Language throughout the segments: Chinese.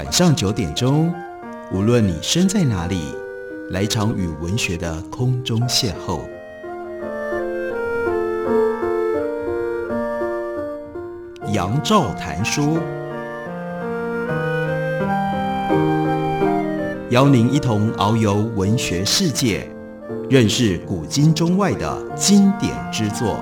晚上9点钟，无论你身在哪里，来一场与文学的空中邂逅。杨照谈书，邀您一同遨游文学世界，认识古今中外的经典之作。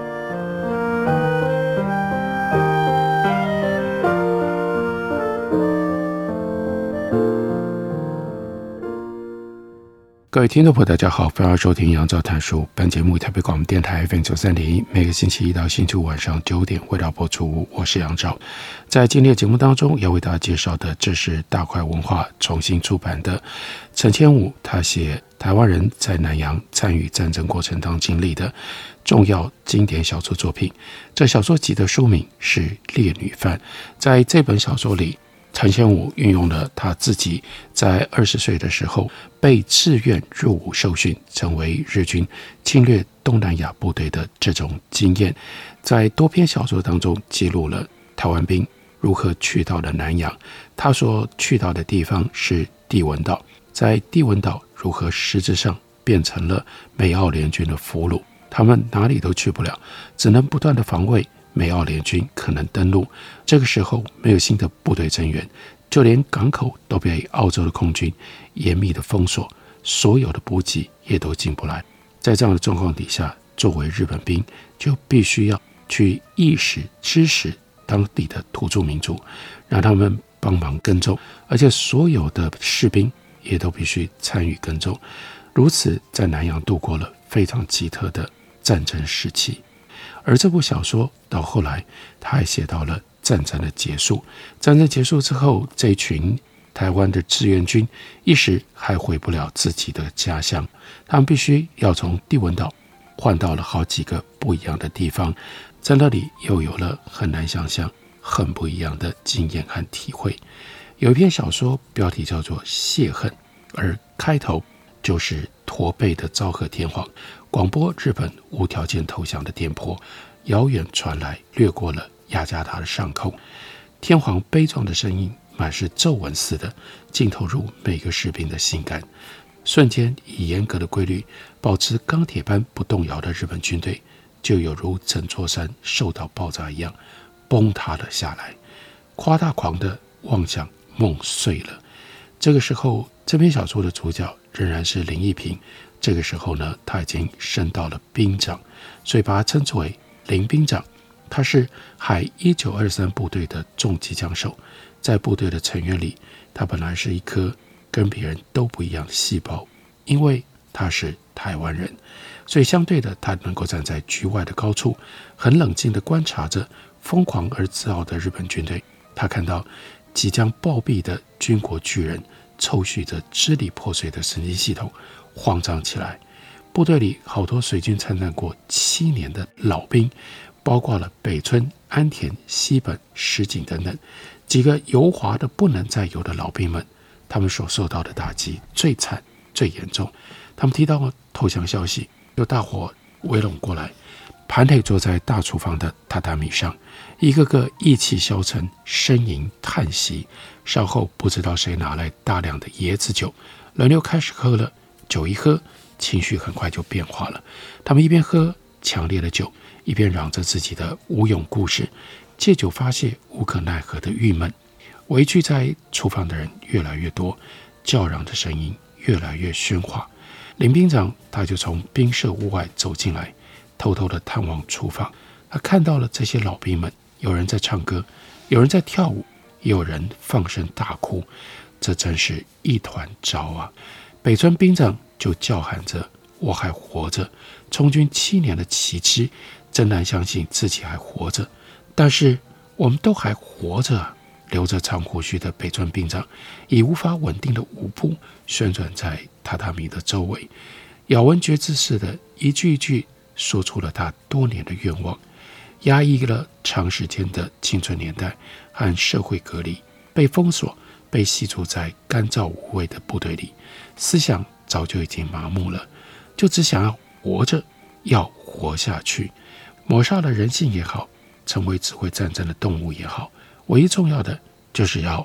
各位听众朋友大家好，欢迎收听杨照谈书。本节目台北广播电台 FM93.1，每个星期一到星期五晚上9点为大家播出。我是杨照。在今天的节目当中要为大家介绍的，这是大块文化重新出版的陈千武，他写台湾人在南洋参与战争过程当中经历的重要经典小说作品。这小说集的书名是《烈女犯》。在这本小说里，陈千武运用了他自己在20岁的时候被志愿入伍受训，成为日军侵略东南亚部队的这种经验，在多篇小说当中记录了台湾兵如何去到了南洋。他所去到的地方是帝汶岛，在帝汶岛如何实质上变成了美澳联军的俘虏，他们哪里都去不了，只能不断的防卫美澳联军可能登陆。这个时候没有新的部队增援，就连港口都被澳洲的空军严密的封锁，所有的补给也都进不来。在这样的状况底下，作为日本兵就必须要去意识支持当地的土著民族，让他们帮忙耕种，而且所有的士兵也都必须参与耕种。如此在南洋度过了非常奇特的战争时期。而这部小说到后来他还写到了战争的结束。战争结束之后，这群台湾的志愿军一时还回不了自己的家乡，他们必须要从帝汶岛换到了好几个不一样的地方，在那里又有了很难想象很不一样的经验和体会。有一篇小说标题叫做《泄恨》，而开头就是驼背的昭和天皇广播日本无条件投降的电波，遥远传来，掠过了雅加达的上空。天皇悲壮的声音满是皱纹似的浸透入每个士兵的心肝，瞬间以严格的规律保持钢铁般不动摇的日本军队，就有如整座山受到爆炸一样崩塌了下来，夸大狂的妄想梦碎了。这个时候，这篇小说的主角仍然是林义平。这个时候呢，他已经升到了兵长，所以把他称之为林兵长。他是海1923部队的重机枪手，在部队的成员里，他本来是一颗跟别人都不一样的细胞，因为他是台湾人，所以相对的，他能够站在局外的高处，很冷静地观察着疯狂而自傲的日本军队。他看到即将暴毙的军国巨人抽蓄着支离破碎的神经系统慌张起来。部队里好多随军参战过7年的老兵，包括了北村、安田、西本、石井等等几个油滑的不能再油的老兵们，他们所受到的打击最惨最严重。他们听到投降消息，有大伙围拢过来，盘腿坐在大厨房的榻榻米上，一个个意气消沉，呻吟叹息。稍后不知道谁拿来大量的椰子酒，轮流开始喝了。酒一喝，情绪很快就变化了。他们一边喝强烈的酒，一边嚷着自己的无勇故事，借酒发泄无可奈何的郁闷。围聚在厨房的人越来越多，叫嚷的声音越来越喧哗。林兵长他就从兵舍屋外走进来，偷偷地探望厨房。他看到了这些老兵们，有人在唱歌，有人在跳舞，也有人放声大哭。这真是一团糟啊！北村兵长就叫喊着：“我还活着！”从军7年的旗帜，真难相信自己还活着。但是我们都还活着啊！留着长胡须的北村兵长以无法稳定的舞步旋转在榻榻米的周围，咬文嚼字似的一句一句说出了他多年的愿望。压抑了长时间的青春年代和社会隔离，被封锁，被吸住在干燥无味的部队里，思想早就已经麻木了，就只想要活着，要活下去。抹杀了人性也好，成为只会战争的动物也好，唯一重要的就是要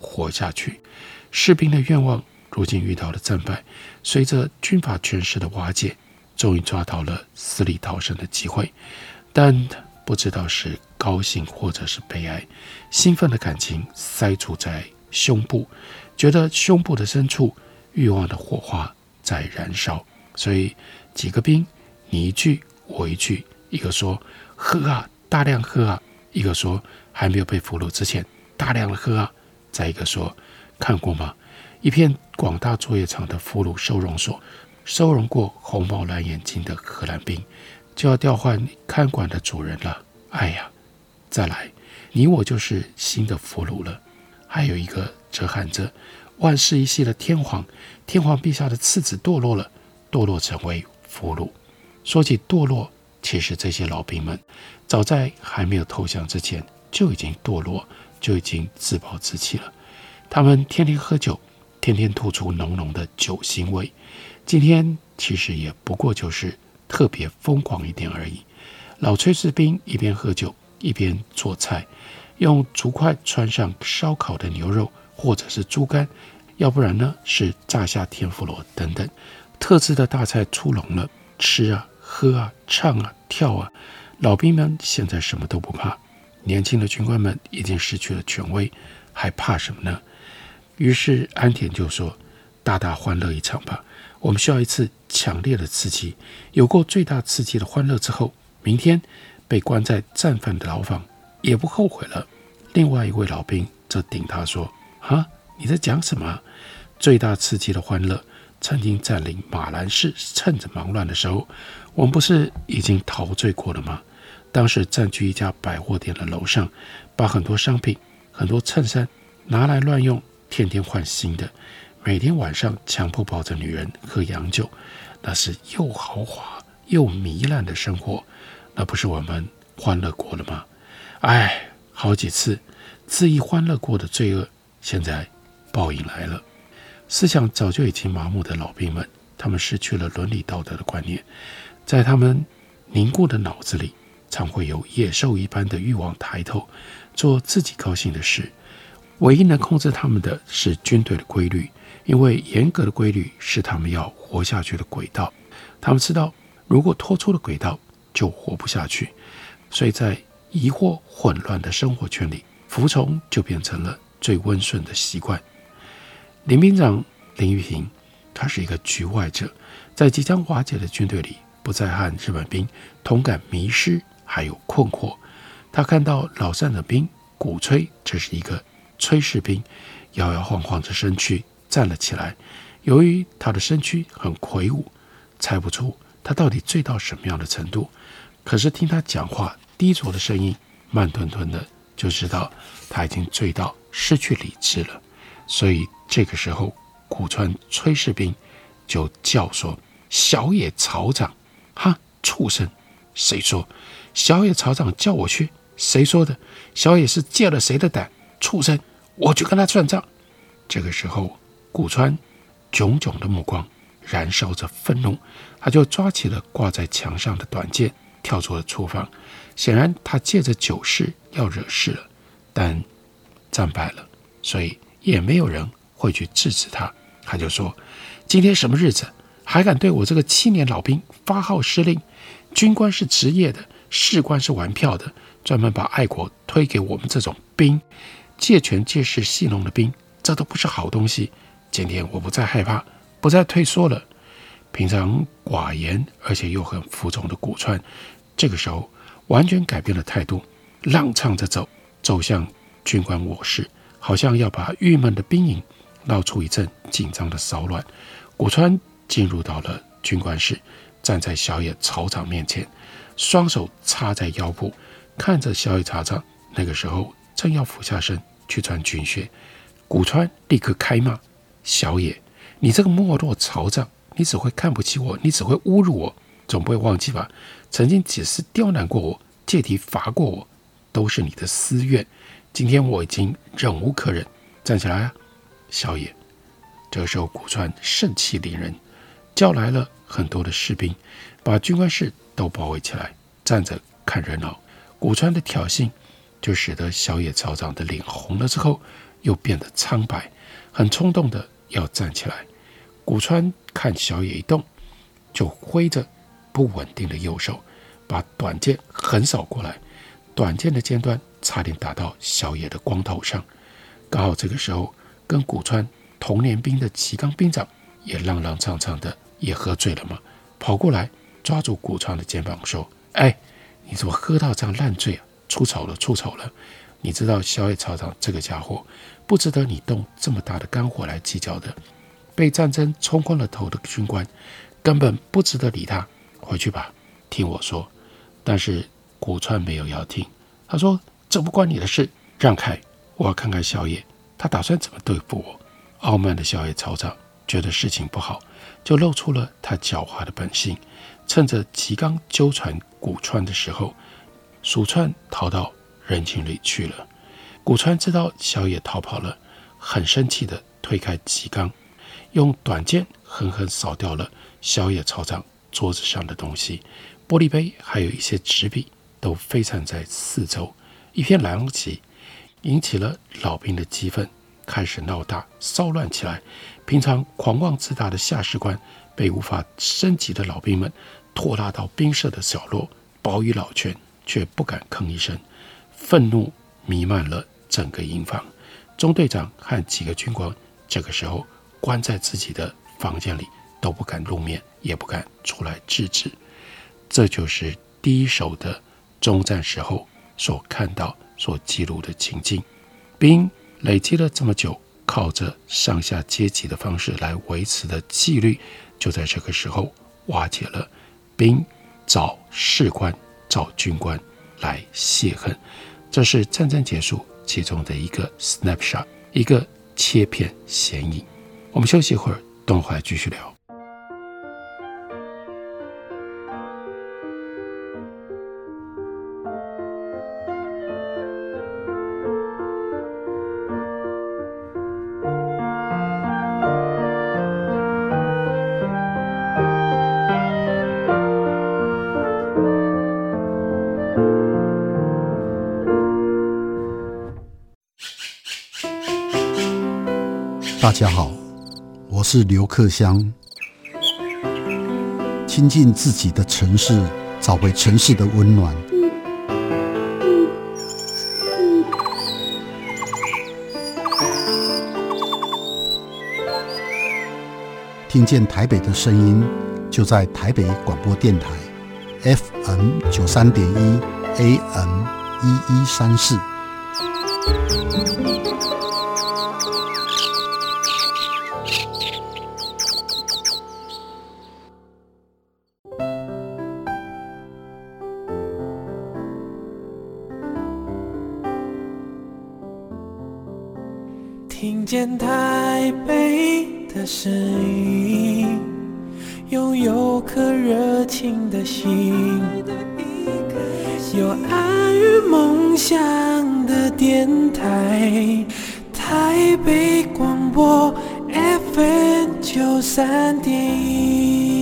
活下去。士兵的愿望如今遇到了战败，随着军阀权势的瓦解，终于抓到了死里逃生的机会。但不知道是高兴或者是悲哀，兴奋的感情塞住在胸部，觉得胸部的深处欲望的火花在燃烧。所以几个兵你一句我一句，一个说喝啊，大量喝啊，一个说还没有被俘虏之前大量的喝啊，再一个说看过吗？一片广大作业场的俘虏收容所，收容过红毛蓝眼睛的荷兰兵，就要调换看管的主人了。哎呀，再来，你我就是新的俘虏了。还有一个则喊着万世一系的天皇，天皇陛下的次子堕落了，堕落成为俘虏。说起堕落，其实这些老兵们早在还没有投降之前就已经堕落，就已经自暴自弃了。他们天天喝酒，天天吐出浓浓的酒腥味。今天其实也不过就是特别疯狂一点而已。老炊事兵一边喝酒一边做菜，用竹筷穿上烧烤的牛肉或者是猪肝，要不然呢是炸下天妇罗等等。特制的大菜出笼了，吃啊喝啊唱啊跳啊，老兵们现在什么都不怕，年轻的军官们已经失去了权威，还怕什么呢？于是安田就说，大大欢乐一场吧，我们需要一次强烈的刺激，有过最大刺激的欢乐之后，明天被关在战犯的牢房也不后悔了。另外一位老兵则顶他说，哈，你在讲什么？最大刺激的欢乐曾经占领马兰市，趁着忙乱的时候，我们不是已经陶醉过了吗？当时占据一家百货店的楼上，把很多商品很多衬衫拿来乱用，天天换新的，每天晚上强迫抱着女人喝洋酒，那是又豪华又糜烂的生活，那不是我们欢乐过了吗？哎，好几次恣意欢乐过的罪恶，现在报应来了。思想早就已经麻木的老兵们，他们失去了伦理道德的观念，在他们凝固的脑子里，常会有野兽一般的欲望抬头，做自己高兴的事。唯一能控制他们的是军队的规律，因为严格的规律是他们要活下去的轨道。他们知道，如果脱出了轨道，就活不下去。所以在疑惑混乱的生活圈里，服从就变成了最温顺的习惯。林兵长林玉平，他是一个局外者，在即将瓦解的军队里，不再和日本兵同感迷失还有困惑。他看到老战的兵鼓吹，这是一个炊事兵，摇摇晃晃着身躯站了起来。由于他的身躯很魁梧，猜不出他到底醉到什么样的程度，可是听他讲话低浊的声音，慢吞吞的，就知道他已经醉到失去理智了。所以这个时候，古川炊事兵就叫说，小野曹长，哈，畜生！谁说小野曹长叫我去？谁说的？小野是借了谁的胆？畜生！我去跟他算账。这个时候，古川炯炯的目光燃烧着愤怒，他就抓起了挂在墙上的短剑，跳出了厨房。显然他借着酒势要惹事了，但战败了，所以也没有人会去制止他。他就说，今天什么日子，还敢对我这个7年老兵发号施令？军官是职业的，士官是玩票的，专门把爱国推给我们这种兵，借权借势戏弄的兵，这都不是好东西。今天我不再害怕，不再退缩了。平常寡言而且又很服从的古川，这个时候完全改变了态度，踉跄着走向军官卧室，好像要把郁闷的兵营闹出一阵紧张的骚乱。古川进入到了军官室，站在小野曹长面前，双手插在腰部，看着小野曹长。那个时候正要俯下身去穿军靴，古川立刻开骂，小野，你这个没落曹长，你只会看不起我，你只会侮辱我，总不会忘记吧？曾经几次刁难过我，借题罚过我，都是你的私怨。今天我已经忍无可忍，站起来啊，小野！这个时候古川盛气凌人，叫来了很多的士兵，把军官室都包围起来，站着看热闹。古川的挑衅就使得小野曹长的脸红了之后， 又变得苍白，很冲动的要站起来。古川看小野一动，就挥着不稳定的右手，把短剑横扫过来，短剑的尖端差点打到小野的光头上。刚好这个时候，跟古川同年兵的吉冈兵长也踉踉跄跄的，也喝醉了嘛，跑过来抓住古川的肩膀说：“哎，你怎么喝到这样烂醉啊？出丑了，出丑了！你知道小野草长这个家伙不值得你动这么大的肝火来计较的。被战争冲昏了头的军官根本不值得理他，回去吧，听我说。”但是古川没有要听，他说：“这不关你的事，让开，我要看看小野，他打算怎么对付我。”傲慢的小野草长觉得事情不好，就露出了他狡猾的本性，趁着吉冈纠缠古川的时候，鼠川逃到人群里去了。古川知道小野逃跑了，很生气的推开吉冈，用短剑狠狠扫掉了小野草长桌子上的东西，玻璃杯还有一些纸笔都飞散在四周，一片狼藉，引起了老兵的激愤，开始闹大骚乱起来。平常狂妄自大的下士官被无法升级的老兵们拖拉到兵舍的角落，保与老拳，却不敢吭一声。愤怒弥漫了整个营房，中队长和几个军官这个时候关在自己的房间里，都不敢露面，也不敢出来制止。这就是第一手的中战时候所看到、所记录的情境。兵累积了这么久，靠着上下阶级的方式来维持的纪律，就在这个时候瓦解了。兵找士官、找军官来泄恨，这是战争结束其中的一个 snapshot， 一个切片显影。我们休息一会儿，等会儿继续聊。 大家好，我是刘克襄。亲近自己的城市，找回城市的温暖。听见台北的声音，就在台北广播电台 FM 93.1 AM 1134。 听见台北的声音，拥有颗热情的心，有爱与梦想的电台，台北广播 FM 93.1。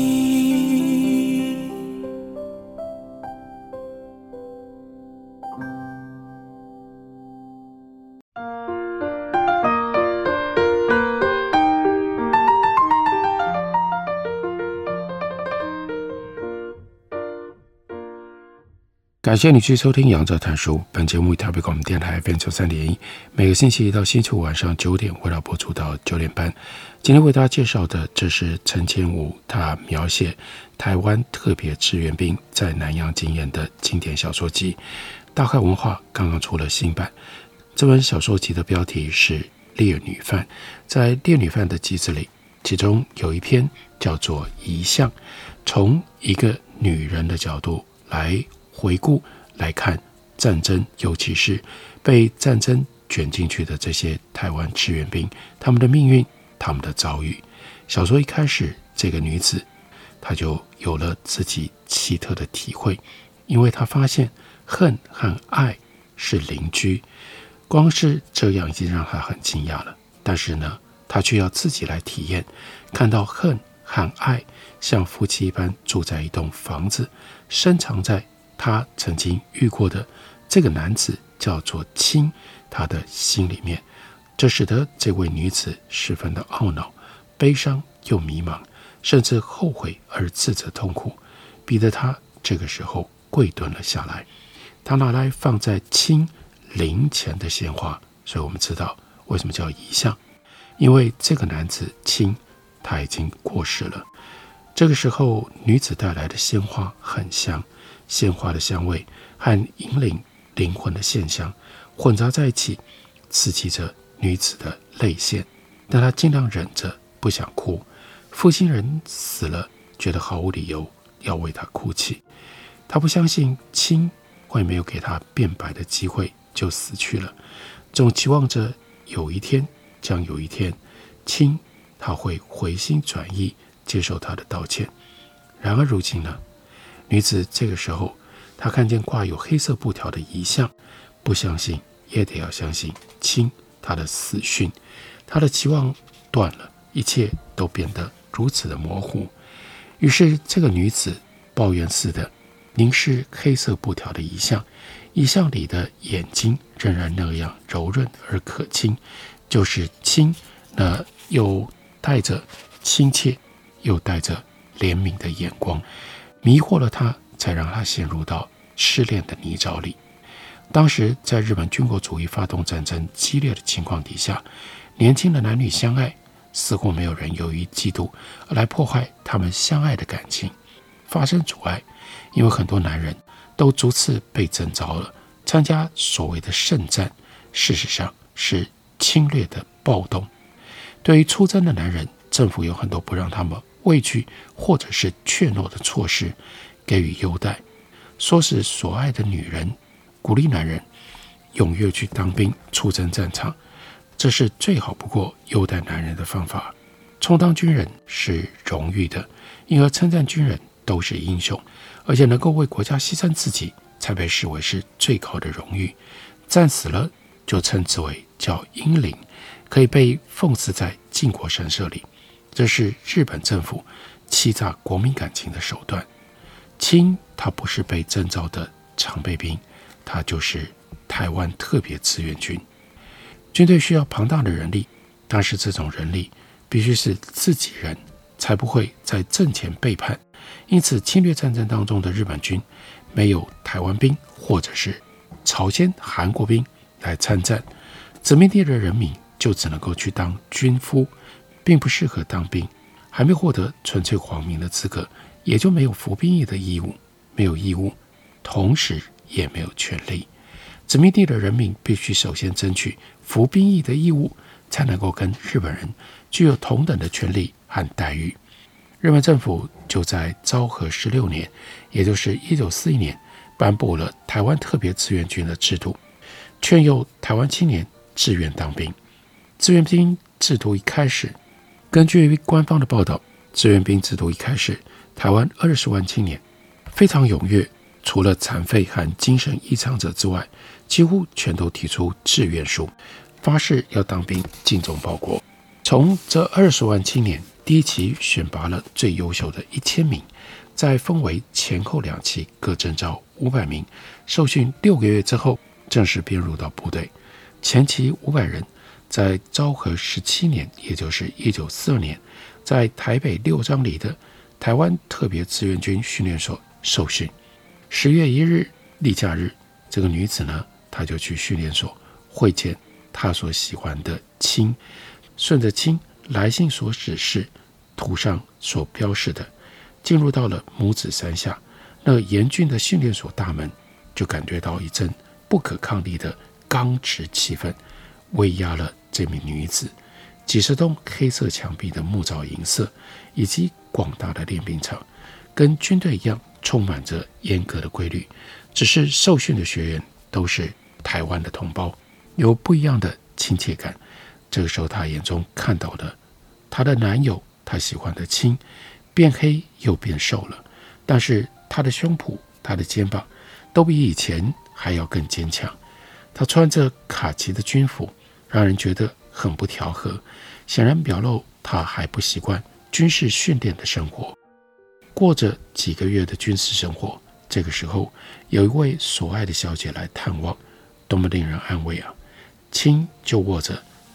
感谢你继续收听杨照谈书，本节目以台北广播电台 FM 93.1，每个星期一到星期五晚上9点为大家播出到9点半。今天为大家介绍的，这是陈千武他描写台湾特别志愿兵在南洋经验的经典小说集。大汉文化刚刚出了新版，这本小说集的标题是《烈女犯》。在《烈女犯》的集子里，其中有一篇叫做《遗像》，从一个女人的角度来回顾来看战争，尤其是被战争卷进去的这些台湾志愿兵，他们的命运，他们的遭遇。小说一开始，这个女子她就有了自己奇特的体会，因为她发现恨和爱是邻居。光是这样已经让她很惊讶了，但是呢，她却要自己来体验，看到恨和爱像夫妻一般住在一栋房子，深藏在他曾经遇过的这个男子叫做青，他的心里面这使得这位女子十分的懊恼、悲伤又迷茫，甚至后悔而自责痛苦，逼得她这个时候跪蹲了下来。她拿来放在亲灵前的鲜花，所以我们知道为什么叫遗像，因为这个男子亲他已经过世了。这个时候女子带来的鲜花很香，鲜花的香味和引领灵魂的线香混杂在一起，刺激着女子的泪腺，但她尽量忍着不想哭。负心人死了，觉得毫无理由要为他哭泣。她不相信亲会没有给她辩白的机会就死去了，总期望着有一天，亲他会回心转意，接受他的道歉。然而如今呢，女子这个时候，她看见挂有黑色布条的遗像，不相信也得要相信亲他的死讯。她的期望断了，一切都变得如此的模糊。于是这个女子抱怨似的凝视黑色布条的遗像，遗像里的眼睛仍然那样柔润而可亲，就是亲那又带着亲切又带着怜悯的眼光，迷惑了他，才让他陷入到痴恋的泥沼里。当时在日本军国主义发动战争激烈的情况底下，年轻的男女相爱，似乎没有人由于嫉妒而来破坏他们相爱的感情，发生阻碍，因为很多男人都逐次被征召了参加所谓的圣战，事实上是侵略的暴动。对于出征的男人，政府有很多不让他们畏惧或者是怯懦的措施，给予优待，说是所爱的女人，鼓励男人踊跃去当兵，出征战场，这是最好不过优待男人的方法。充当军人是荣誉的，因而称赞军人都是英雄，而且能够为国家牺牲自己，才被视为是最高的荣誉。战死了就称之为叫英灵，可以被奉祀在靖国神社里。这是日本政府欺诈国民感情的手段。亲他不是被征召的常备兵，他就是台湾特别志愿军。军队需要庞大的人力，但是这种人力必须是自己人，才不会在阵前背叛。因此侵略战争当中的日本军没有台湾兵或者是朝鲜、韩国兵来参战，殖民地的人民就只能够去当军夫，并不适合当兵，还没获得纯粹皇民的资格，也就没有服兵役的义务，没有义务，同时也没有权利。殖民地的人民必须首先争取服兵役的义务，才能够跟日本人具有同等的权利和待遇。日本政府就在昭和16年，也就是1941年，颁布了台湾特别志愿军的制度，劝诱台湾青年志愿当兵。志愿兵制度一开始，根据官方的报道，志愿兵制度一开始，台湾20万青年非常踊跃，除了残废和精神异常者之外，几乎全都提出志愿书，发誓要当兵，尽忠报国。从这20万青年，第一期选拔了最优秀的1000名，再分为前后2期各征召500名，受训6个月之后正式编入到部队。前期500人在昭和17年，也就是1942年，在台北六张里的台湾特别志愿军训练所受训。10月1日例假日，这个女子呢，她就去训练所会见她所喜欢的亲，顺着亲来信所指示，图上所标示的，进入到了母子山下。那严峻的训练所大门，就感觉到一阵不可抗力的刚直气氛，威压了这名女子。几十栋黑色墙壁的木造营舍，以及广大的练兵场，跟军队一样，充满着严格的规律。只是受训的学员都是台湾的同胞，有不一样的亲切感。这个时候，她眼中看到了她的男友，她喜欢的亲，变黑又变瘦了，但是她的胸脯、她的肩膀都比以前还要更坚强。她穿着卡其的军服，让人觉得很不调和，显然表露她还不习惯军事训练的生活。过着几个月的军事生活，这个时候有一位所爱的小姐来探望，多么令人安慰啊！亲就握着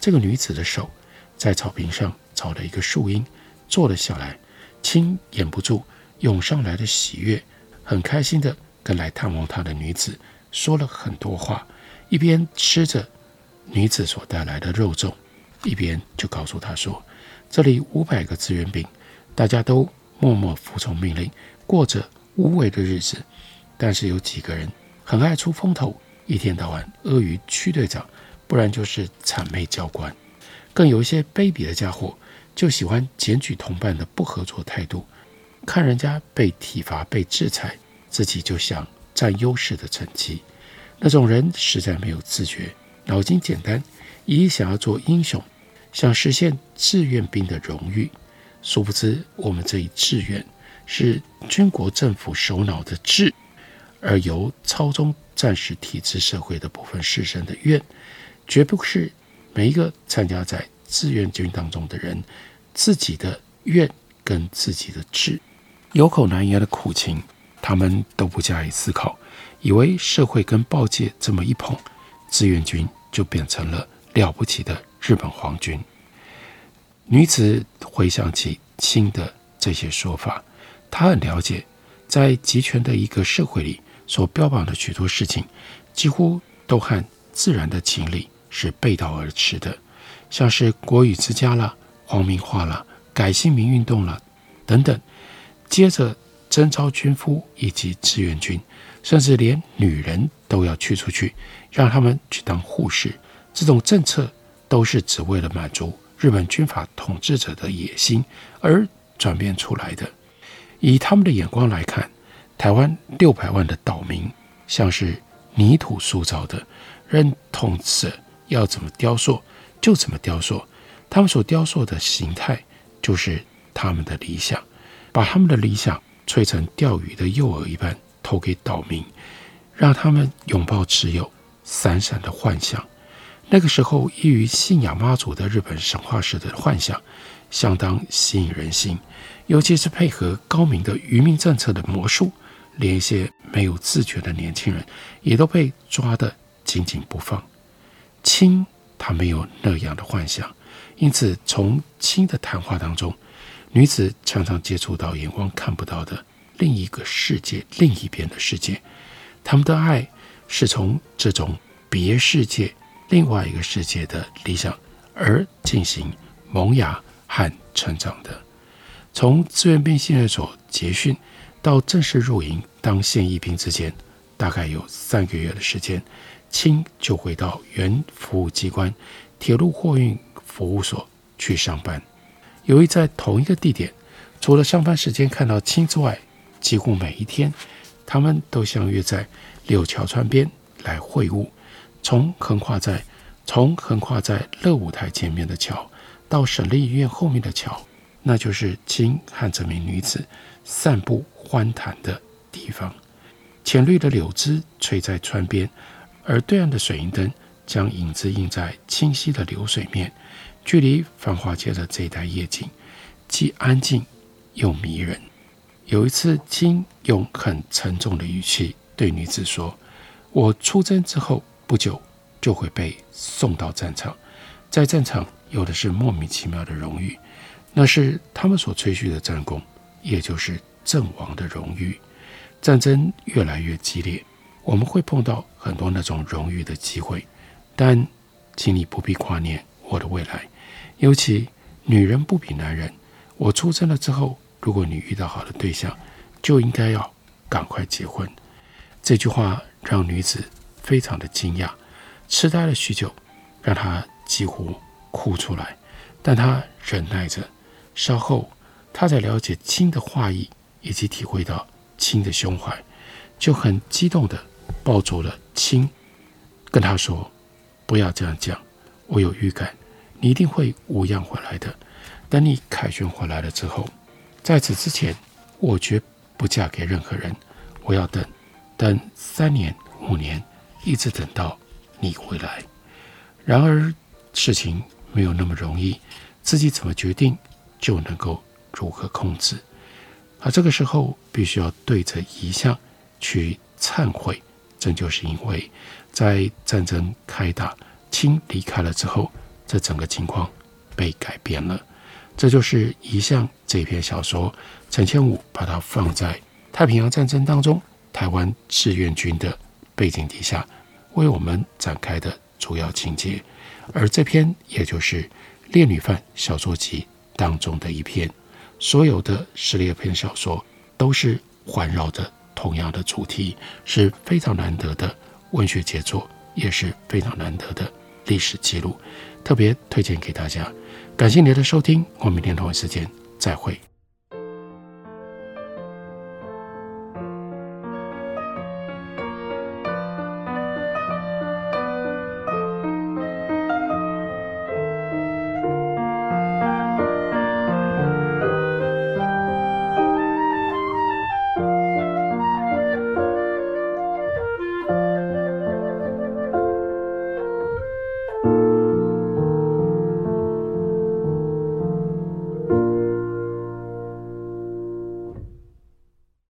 这个女子的手在草坪上找了一个树荫坐了下来，亲掩不住涌上来的喜悦，很开心的跟来探望她的女子说了很多话，一边吃着女子所带来的肉粽，一边就告诉她说，这里500个志愿兵，大家都默默服从命令，过着无为的日子，但是有几个人很爱出风头，一天到晚阿谀区队长，不然就是谄媚教官，更有一些卑鄙的家伙就喜欢检举同伴的不合作态度，看人家被体罚被制裁，自己就想占优势的成绩。那种人实在没有自觉，脑筋简单，一想要做英雄，想实现志愿兵的荣誉。殊不知我们这一志愿是军国政府首脑的志，而由操纵战时体制社会的部分士绅的愿，绝不是每一个参加在志愿军当中的人自己的愿跟自己的志。有口难言的苦情，他们都不加以思考，以为社会跟报界这么一捧，志愿军就变成了了不起的日本皇军。女子回想起亲的这些说法，她很了解，在集权的一个社会里所标榜的许多事情，几乎都和自然的情理是背道而驰的，像是国语之家啦、皇民化啦、改姓名运动啦等等。接着征召军夫以及志愿军，甚至连女人都要驱出去，让他们去当护士，这种政策都是只为了满足日本军阀统治者的野心而转变出来的。以他们的眼光来看，台湾600万的岛民像是泥土塑造的，任统治者要怎么雕塑就怎么雕塑，他们所雕塑的形态就是他们的理想，把他们的理想吹成钓鱼的诱饵一般投给岛民，让他们拥抱持有闪闪的幻想。那个时候依于信仰妈祖的日本神话式的幻想相当吸引人心，尤其是配合高明的渔民政策的魔术，连一些没有自觉的年轻人也都被抓得紧紧不放。亲他没有那样的幻想，因此从亲的谈话当中，女子常常接触到眼光看不到的另一个世界，另一边的世界。他们的爱是从这种别世界另外一个世界的理想而进行萌芽和成长的。从志愿兵训练所结训到正式入营当现役兵之间，大概有3个月的时间，亲就回到原服务机关铁路货运服务所去上班。由于在同一个地点，除了上班时间看到亲之外，几乎每一天他们都相约在柳桥川边来会晤。从横跨在乐舞台前面的桥到省立医院后面的桥，那就是亲和这名女子散步欢谈的地方。浅绿的柳枝垂在川边，而对岸的水银灯将影子映在清晰的流水面，距离繁华街的这一带夜景既安静又迷人。有一次，亲用很沉重的语气对女子说，我出征之后不久就会被送到战场，在战场有的是莫名其妙的荣誉，那是他们所吹嘘的战功，也就是阵亡的荣誉。战争越来越激烈，我们会碰到很多那种荣誉的机会，但请你不必挂念我的未来，尤其女人不比男人，我出征了之后，如果你遇到好的对象，就应该要赶快结婚。这句话让女子非常的惊讶，痴呆了许久，让她几乎哭出来，但她忍耐着。稍后她才了解亲的话意，以及体会到亲的胸怀，就很激动地抱住了亲，跟他说，不要这样讲，我有预感你一定会无恙回来的，等你凯旋回来了之后，在此之前我绝不嫁给任何人，我要等3年5年，一直等到你回来。然而事情没有那么容易，自己怎么决定就能够如何控制。这个时候必须要对着遗像去忏悔，这就是因为在战争开打，亲离开了之后， 这整个情况被改变了。这就是一向这篇小说陈千武把它放在太平洋战争当中台湾志愿军的背景底下为我们展开的主要情节，而这篇也就是《烈女犯小说集》当中的一篇。所有的12篇小说都是环绕着同样的主题，是非常难得的文学杰作，也是非常难得的历史记录，特别推荐给大家。感谢您的收听，我们明天同一时间再会。